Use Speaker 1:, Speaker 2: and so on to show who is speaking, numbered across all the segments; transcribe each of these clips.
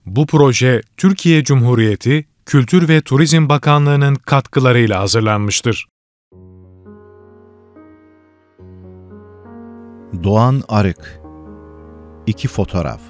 Speaker 1: Bu proje, Türkiye Cumhuriyeti Kültür ve Turizm Bakanlığı'nın katkılarıyla hazırlanmıştır.
Speaker 2: Doğan Arık. 2 fotoğraf.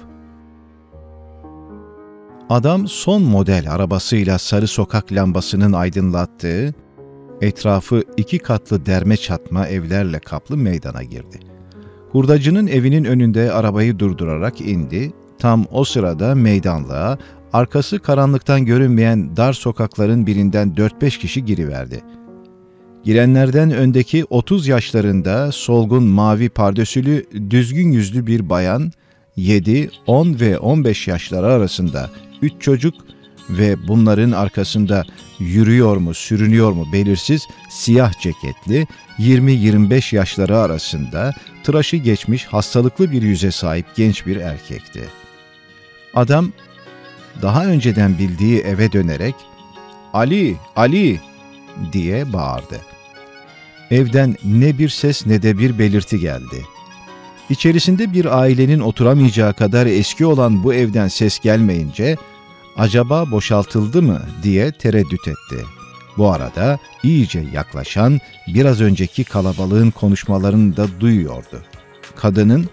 Speaker 2: Adam son model arabasıyla sarı sokak lambasının aydınlattığı, etrafı 2 katlı derme çatma evlerle kaplı meydana girdi. Hurdacının evinin önünde arabayı durdurarak indi. Tam o sırada meydanlığa, arkası karanlıktan görünmeyen dar sokakların birinden 4-5 kişi giriverdi. Girenlerden öndeki 30 yaşlarında solgun mavi pardösülü, düzgün yüzlü bir bayan, 7, 10 ve 15 yaşları arasında 3 çocuk ve bunların arkasında yürüyor mu, sürünüyor mu belirsiz siyah ceketli, 20-25 yaşları arasında tıraşı geçmiş hastalıklı bir yüze sahip genç bir erkekti. Adam daha önceden bildiği eve dönerek "Ali, Ali!" diye bağırdı. Evden ne bir ses ne de bir belirti geldi. İçerisinde bir ailenin oturamayacağı kadar eski olan bu evden ses gelmeyince acaba boşaltıldı mı diye tereddüt etti. Bu arada iyice yaklaşan biraz önceki kalabalığın konuşmalarını da duyuyordu. Kadının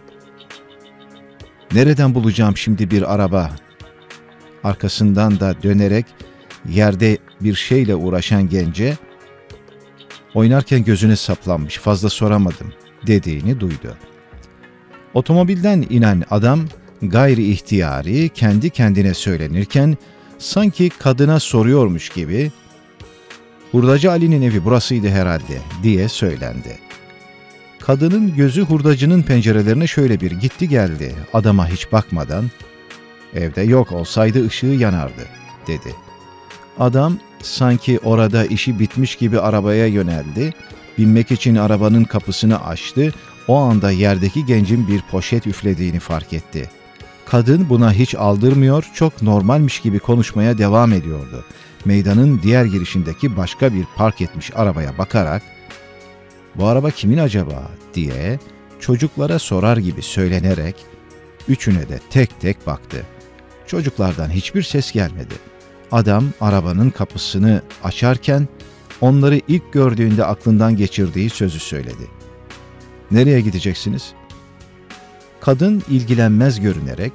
Speaker 2: "Nereden bulacağım şimdi bir araba?" Arkasından da dönerek yerde bir şeyle uğraşan gence "Oynarken gözüne saplanmış, fazla soramadım." dediğini duydu. Otomobilden inen adam gayri ihtiyari kendi kendine söylenirken sanki kadına soruyormuş gibi "Hurdacı Ali'nin evi burasıydı herhalde" diye söylendi. Kadının gözü hurdacının pencerelerine şöyle bir gitti geldi. Adama hiç bakmadan "Evde yok, olsaydı ışığı yanardı" dedi. Adam sanki orada işi bitmiş gibi arabaya yöneldi. Binmek için arabanın kapısını açtı. O anda yerdeki gencin bir poşet üflediğini fark etti. Kadın buna hiç aldırmıyor, çok normalmiş gibi konuşmaya devam ediyordu. Meydanın diğer girişindeki başka bir park etmiş arabaya bakarak "Bu araba kimin acaba?" diye çocuklara sorar gibi söylenerek üçüne de tek tek baktı. Çocuklardan hiçbir ses gelmedi. Adam arabanın kapısını açarken onları ilk gördüğünde aklından geçirdiği sözü söyledi. "Nereye gideceksiniz?" Kadın ilgilenmez görünerek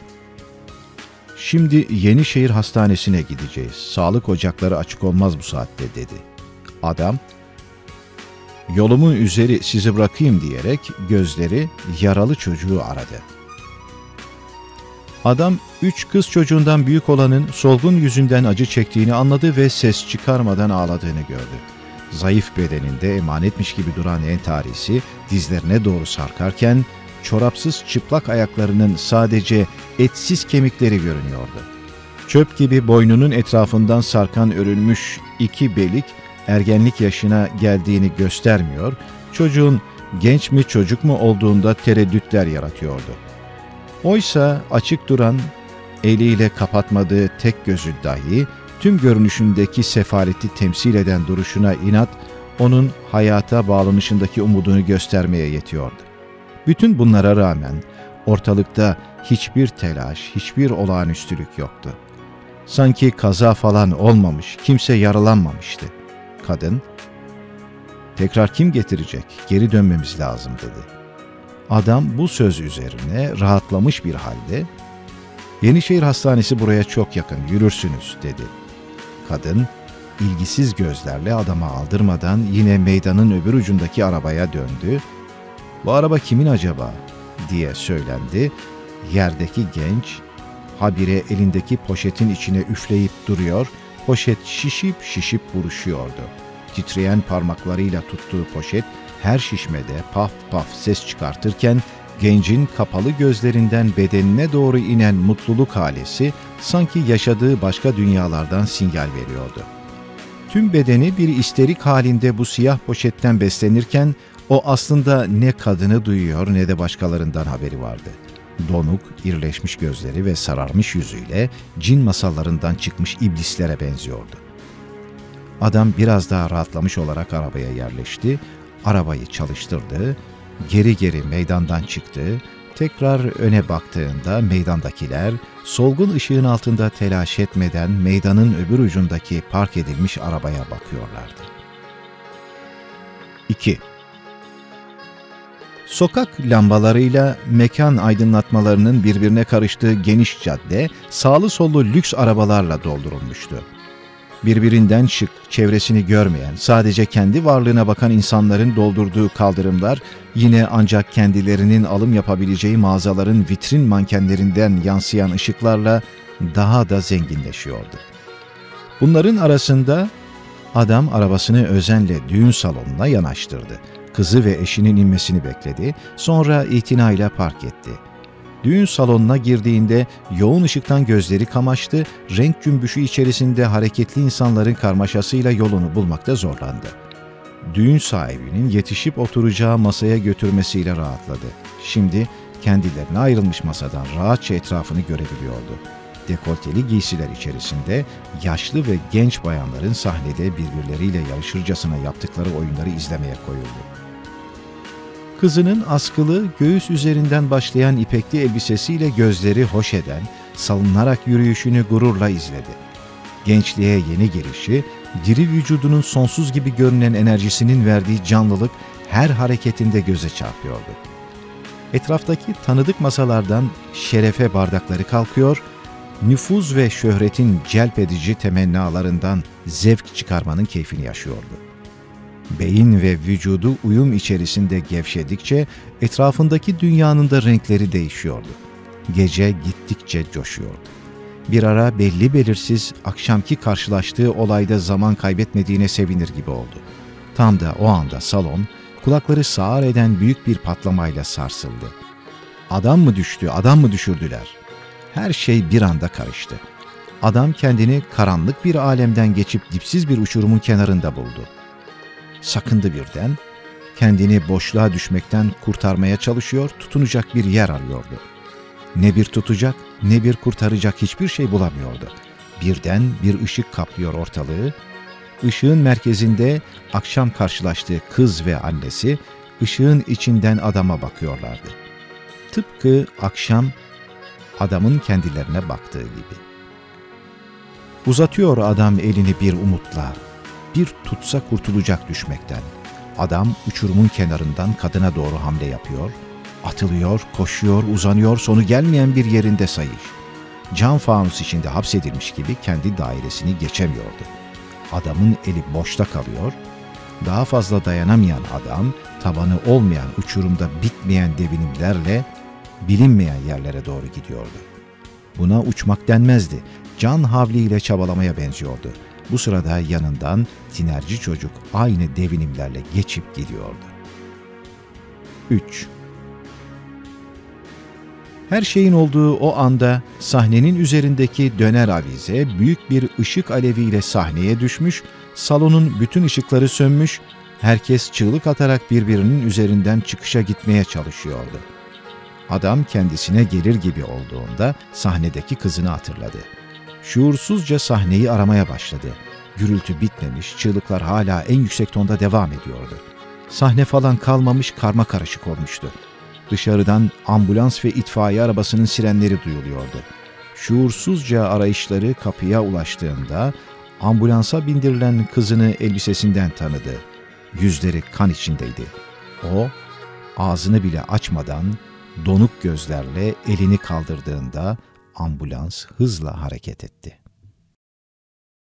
Speaker 2: "Şimdi Yenişehir Hastanesi'ne gideceğiz. Sağlık ocakları açık olmaz bu saatte" dedi. Adam "Yolumun üzeri sizi bırakayım" diyerek gözleri yaralı çocuğu aradı. Adam 3 kız çocuğundan büyük olanın solgun yüzünden acı çektiğini anladı ve ses çıkarmadan ağladığını gördü. Zayıf bedeninde emanetmiş gibi duran entarisi dizlerine doğru sarkarken çorapsız çıplak ayaklarının sadece etsiz kemikleri görünüyordu. Çöp gibi boynunun etrafından sarkan örülmüş 2 belik ergenlik yaşına geldiğini göstermiyor, çocuğun genç mi çocuk mu olduğunda tereddütler yaratıyordu. Oysa açık duran, eliyle kapatmadığı tek gözü dahi tüm görünüşündeki sefaleti temsil eden duruşuna inat, onun hayata bağlanışındaki umudunu göstermeye yetiyordu. Bütün bunlara rağmen ortalıkta hiçbir telaş, hiçbir olağanüstülük yoktu. Sanki kaza falan olmamış, kimse yaralanmamıştı. Kadın, "Tekrar kim getirecek? Geri dönmemiz lazım" dedi. Adam bu söz üzerine rahatlamış bir halde "Yenişehir Hastanesi buraya çok yakın, yürürsünüz" dedi. Kadın ilgisiz gözlerle adama aldırmadan yine meydanın öbür ucundaki arabaya döndü. "Bu araba kimin acaba?" diye söylendi. Yerdeki genç habire elindeki poşetin içine üfleyip duruyor, poşet şişip şişip buruşuyordu. Titreyen parmaklarıyla tuttuğu poşet her şişmede paf paf ses çıkartırken gencin kapalı gözlerinden bedenine doğru inen mutluluk halesi sanki yaşadığı başka dünyalardan sinyal veriyordu. Tüm bedeni bir isterik halinde bu siyah poşetten beslenirken o aslında ne kadını duyuyor ne de başkalarından haberi vardı. Donuk, irleşmiş gözleri ve sararmış yüzüyle cin masallarından çıkmış iblislere benziyordu. Adam biraz daha rahatlamış olarak arabaya yerleşti, arabayı çalıştırdı, geri geri meydandan çıktı, Tekrar öne baktığında meydandakiler solgun ışığın altında telaş etmeden meydanın öbür ucundaki park edilmiş arabaya bakıyorlardı. 2. Sokak lambalarıyla mekan aydınlatmalarının birbirine karıştığı geniş cadde sağlı sollu lüks arabalarla doldurulmuştu. Birbirinden şık, çevresini görmeyen, sadece kendi varlığına bakan insanların doldurduğu kaldırımlar yine ancak kendilerinin alım yapabileceği mağazaların vitrin mankenlerinden yansıyan ışıklarla daha da zenginleşiyordu. Bunların arasında adam arabasını özenle düğün salonuna yanaştırdı. Kızı ve eşinin inmesini bekledi, sonra itinayla park etti. Düğün salonuna girdiğinde yoğun ışıktan gözleri kamaştı, renk cümbüşü içerisinde hareketli insanların karmaşasıyla yolunu bulmakta zorlandı. Düğün sahibinin yetişip oturacağı masaya götürmesiyle rahatladı. Şimdi kendilerine ayrılmış masadan rahatça etrafını görebiliyordu. Dekolteli giysiler içerisinde yaşlı ve genç bayanların sahnede birbirleriyle yarışırcasına yaptıkları oyunları izlemeye koyuldu. Kızının askılı, göğüs üzerinden başlayan ipekli elbisesiyle gözleri hoş eden, salınarak yürüyüşünü gururla izledi. Gençliğe yeni gelişi, diri vücudunun sonsuz gibi görünen enerjisinin verdiği canlılık her hareketinde göze çarpıyordu. Etraftaki tanıdık masalardan şerefe bardakları kalkıyor, nüfuz ve şöhretin celp edici temennalarından zevk çıkarmanın keyfini yaşıyordu. Beyin ve vücudu uyum içerisinde gevşedikçe etrafındaki dünyanın da renkleri değişiyordu. Gece gittikçe coşuyordu. Bir ara belli belirsiz akşamki karşılaştığı olayda zaman kaybetmediğine sevinir gibi oldu. Tam da o anda salon kulakları sağır eden büyük bir patlamayla sarsıldı. Adam mı düştü, adam mı düşürdüler? Her şey bir anda karıştı. Adam kendini karanlık bir alemden geçip dipsiz bir uçurumun kenarında buldu. Sakındı birden, kendini boşluğa düşmekten kurtarmaya çalışıyor, tutunacak bir yer arıyordu. Ne bir tutacak, ne bir kurtaracak hiçbir şey bulamıyordu. Birden bir ışık kaplıyor ortalığı. Işığın merkezinde akşam karşılaştığı kız ve annesi, ışığın içinden adama bakıyorlardı. Tıpkı akşam adamın kendilerine baktığı gibi. Uzatıyor adam elini bir umutla. Bir tutsa kurtulacak düşmekten. Adam uçurumun kenarından kadına doğru hamle yapıyor, atılıyor, koşuyor, uzanıyor, sonu gelmeyen bir yerinde sayış. Cam fanus içinde hapsedilmiş gibi kendi dairesini geçemiyordu. Adamın eli boşta kalıyor, daha fazla dayanamayan adam, tabanı olmayan uçurumda bitmeyen devinimlerle bilinmeyen yerlere doğru gidiyordu. Buna uçmak denmezdi, can havliyle çabalamaya benziyordu. Bu sırada yanından tinerci çocuk aynı devinimlerle geçip gidiyordu. 3. Her şeyin olduğu o anda sahnenin üzerindeki döner avize büyük bir ışık aleviyle sahneye düşmüş, salonun bütün ışıkları sönmüş, herkes çığlık atarak birbirinin üzerinden çıkışa gitmeye çalışıyordu. Adam kendisine gelir gibi olduğunda sahnedeki kızını hatırladı. Şuursuzca sahneyi aramaya başladı. Gürültü bitmemiş, çığlıklar hala en yüksek tonda devam ediyordu. Sahne falan kalmamış, karmakarışık olmuştu. Dışarıdan ambulans ve itfaiye arabasının sirenleri duyuluyordu. Şuursuzca arayışları kapıya ulaştığında ambulansa bindirilen kızını elbisesinden tanıdı. Yüzleri kan içindeydi. O, ağzını bile açmadan donuk gözlerle elini kaldırdığında ambulans hızla hareket etti.